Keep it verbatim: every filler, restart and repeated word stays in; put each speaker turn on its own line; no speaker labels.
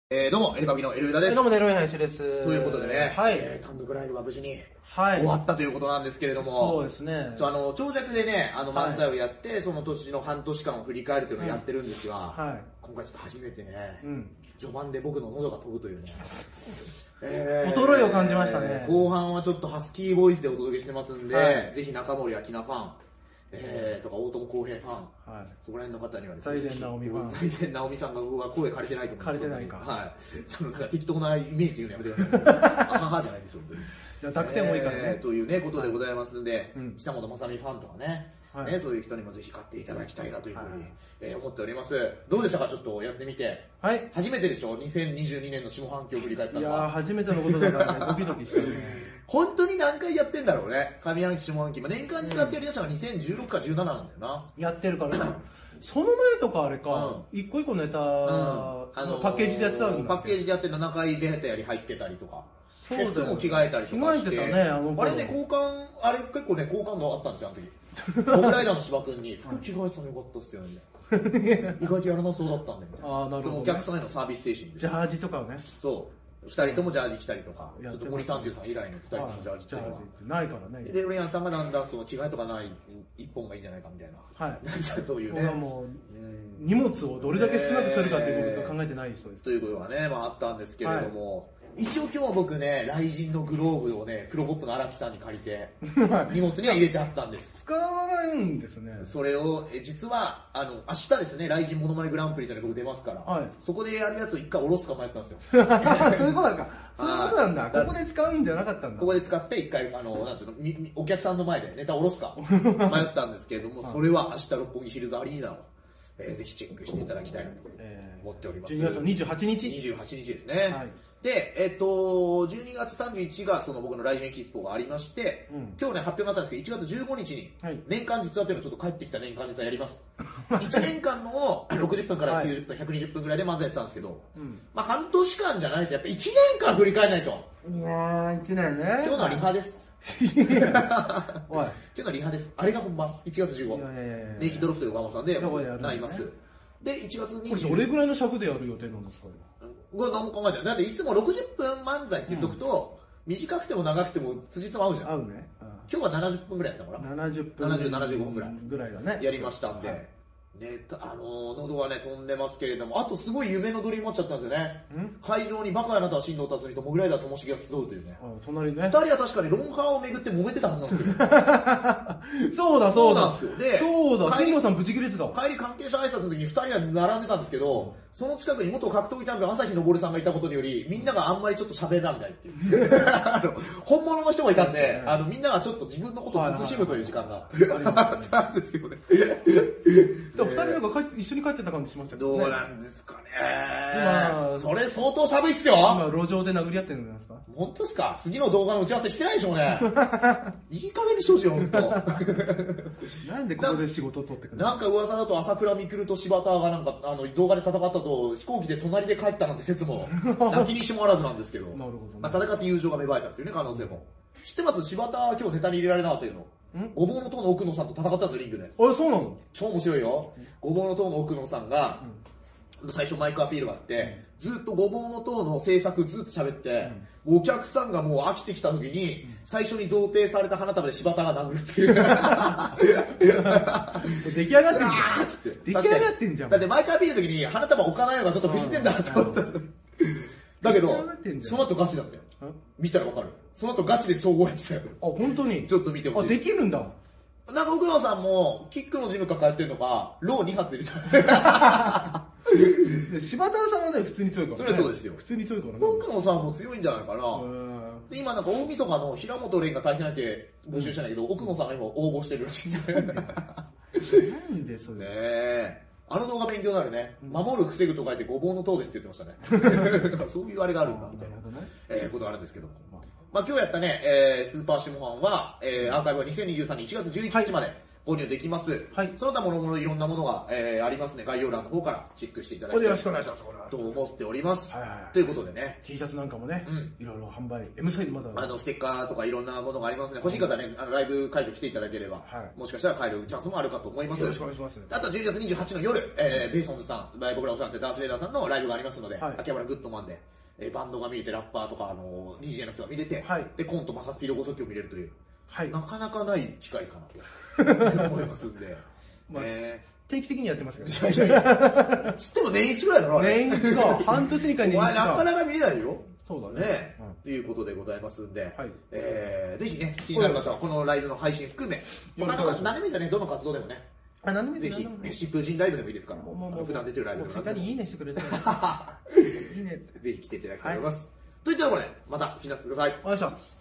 えー、どうも、エルカビのエルウダです。
どうも、ネロイハイシです。
ということでね、
はい、
えー、単独ライブが無事に
はい、
終わったということなんですけれども、
そうですね。
あの長尺でね、あの漫才をやって、はい、その年の半年間を振り返るというのをやってるんですが、うんはい、今回ちょっと初めてね、うん、序盤で僕の喉が飛ぶというね、
えー、衰えを感じましたね。
後半はちょっとハスキーボイスでお届けしてますんで、はい、ぜひ中森明菜ファン、えー、とか大友康平ファン、はい、そこら辺の方にはですね、
財前直美ファン、
財前直美さんが僕は声借りてないと思うんですよ。
借りてないか。
はい。そのなんか適当なイメージで言うのやめてください。あははじゃないですよ、本当に。
じゃあ、濁点もいいからね。
えー、というね、ことでございますので、はい、久本雅美ファンとかね、はい、ね、そういう人にもぜひ買っていただきたいなというふうに、はい、えー、思っております。どうでしたか、ちょっとやってみて。はい。初めてでしょ ?にせんにじゅうにねんの下半期を振り返ったのは。
いやー、初めてのことだからね、ドキドキしたね。
本当に何回やってんだろうね、上半期、下半期。まあ、年間に使ってやりだしたのがにせんじゅうろくかじゅうなななんだよな。
やってるからね。その前とかあれか、一、うん、個一個ネタ、うん、あのパッケージでやってたんだ。
パッケージでやってななかい出たり入ってたりとか。そうだよ。服も着替えたりとかして。
着替えてたね、あの
あれね、交換、あれ結構ね、好感度あったんですよ、あの時。モグライダーの芝君に、服着替えてたのよかったっすよね。意外とやらなそうだったんだよね。ああ、なるほど、ね。そのお客さんへのサービス精神で。
ジャージとかをね。
そう。二人ともジャージ着たりとか、ちょっと森三中さん以来の二人ともジャージ着たりとか。
ないからね。
で、レイアンさんがだんだんその違いとかない一本がいいんじゃないかみたいな。はい。なんじゃそういうね。
もう、荷物をどれだけ少なくするかっていうことが考えてない人です。
ということがね、まああったんですけれども、一応今日は僕ね、雷神のグローブをね、黒ホップの荒木さんに借りて、荷物には入れてあったんです。
使わないんですね。
それを、え実は、あの、明日ですね、雷神モノマネグランプリというのに僕出ますから、はい、そこでやるやつを一回下ろすか迷ったんですよ。
そういうことなんか。そういうことなんだ。ここで使うんじゃなかったんだ。
ここで使って一回、あの、なんつうの、お客さんの前でネタ下ろすか迷ったんですけれども、それは明日六本木ヒルズアリーナを、えー、ぜひチェックしていただきたいなと思っております。
じゅうにがつのにじゅうはちにち ?
にじゅうはちにちですね。はい、で、えっと、じゅうにがつさんじゅういちにちがその僕の来年キスポがありまして、うん、今日ね、発表になったんですけど、いちがつじゅうごにちに、年間実話というのをちょっと帰ってきた年間実話やります。いちねんかんのろくじゅっぷんからきゅうじゅっぷん、ひゃくにじゅっぷんぐらいで漫才やってたんですけど、うん、まあ半年間じゃないですよ。やっぱいちねんかん振り返らないと。
いやー、いちねんね。
今日のはリハです。おい今日のリハです。あれが本番。いちがつじゅうご。ネイキッドロフト横浜さんでなります。で、いちがつにじゅうご。
これどれぐらいの尺でやる予定なんですか？
これ何も考えてない。だっていつもろくじゅっぷん漫才って言っとくと、うん、短くても長くても辻とも合うじゃん。
合うね。うん、
今日はななじゅっぷんぐらいやったから。
ななじゅっぷん。
ななじゅう、ななじゅうごふんぐらい。
ぐらいだね。
やりましたんで。はい、ね、あのー、喉がね、飛んでますけれども、あとすごい夢のドリームマッチあったんですよね。会場にバカやなたは新藤達美とモグライダーともしげが集うというね。
あ隣ね。
二人は確かにロンハーをめぐって揉めてたはずなんですよ。
そうだそうだ。
そうなんですよ。で、
そうだ、新藤さんブチ切れてた。
帰り関係者挨拶の時に二人は並んでたんですけど、その近くに元格闘技チャンピオン朝日昇さんがいたことにより、みんながあんまりちょっと喋らないっていう。あの本物の人がいたんで、あのみんながちょっと自分のことを慎むという時間があったんですよね。
二人なんか一緒に帰ってた感じしましたけど
ね。どうなんですかね。まあ、それ相当寒いっすよ。
今路上で殴り合ってるんじゃないですか。
本当ですか？次の動画の打ち合わせしてないでしょうね。いい加減にしてほしいよ、本当。
なんでここで仕事を取ってくるの？
なんか噂だと朝倉未来と柴田がなんかあの動画で戦ったと飛行機で隣で帰ったなんて説も泣きにしもあらずなんですけど。なるほど、ね。まあ戦って友情が芽生えたっていうね可能性も。知ってます？柴田今日ネタに入れられなかったいうの。ごぼうの塔の奥野さんと戦ったんですよ、リングで。
あれ、そうなの？
超面白いよ。ごぼうの塔の奥野さんが、うん、最初マイクアピールがあって、うん、ずっとごぼうの塔の制作ずっと喋って、うん、お客さんがもう飽きてきた時に、うん、最初に贈呈された花束で柴田が殴るっていう。
出来上がってんじゃん。つって出来上がってんじゃん。
だってマイクアピールの時に花束置かないのがちょっと不自然だなと思った。だけど、その後ガチだったよ。見たらわかる。その後ガチで総合やってたよ。
あ、本当に？
ちょっと見てほしい。
あ、できるんだ。
なんか奥野さんも、キックのジムか通ってるのか、ローに発入れた。
柴田さんはね、普通に強いからね。
それはそうですよ。
普通に強いからね。
奥野さんも強いんじゃないかな。で、今なんか大晦日の平本蓮が対戦相手募集したんだけど、奥野さんが今応募してるらしいですね。
なんでそれ。
ねえ。あの動画勉強になるね。守る、防ぐと書いてごぼうの塔ですって言ってましたね。そういうあれがあるんだ、みたいな、えー、ことがあるんですけど。まあ今日やったね、えー、スーパーシモファンは、えー、アーカイブはにせんにじゅうさんねんいちがつじゅういちにちまで購入できます。はい。その他もろもろいろんなものが、えー、ありますね。概要欄の方からチェックしていただいて。
よろしくお願いします。
と思っております。はいはい。ということでね。
T シャツなんかもね、うん。いろいろ販売。M サイズまだ
あの、ステッカーとかいろんなものがありますね。欲しい方ね、あの、ライブ会場来ていただければ、はい。もしかしたら買えるチャンスもあるかと思います。
よろしくお願いします。
あとじゅうにがつにじゅうはちの夜、えー、ベイソンズさん、僕らお世話になってダースレーダーさんのライブがありますので、はい、秋葉原グッドマンで、えー、バンドが見れて、ラッパーとか、あの、ディージェー の人が見れて、はい、で、コント、マッハスピードご速球を見れるという、はい、なかなかない機会かなと思いますんで。
まあ、えー、定期的にやってます
からね。いやいやつっても年一ぐらいだろ、
年一か。半年にか年一か。
お前なかなか見れないよ。
そうだね。
ね、うん、ということでございますんで、はい、えー、ぜひね、気になる方はこのライブの配信含め、他の何でもいいですよね、どの活動でもね。
あ、何でもいい
です。ぜひ、疾風陣ライブでもいいですから、もうもうもう普段出てるライブでも。
ツイッターにいいねしてくれて。いいね。
ぜひ来ていただきたいと思います。といったところで、また、気になってください。
お願いします。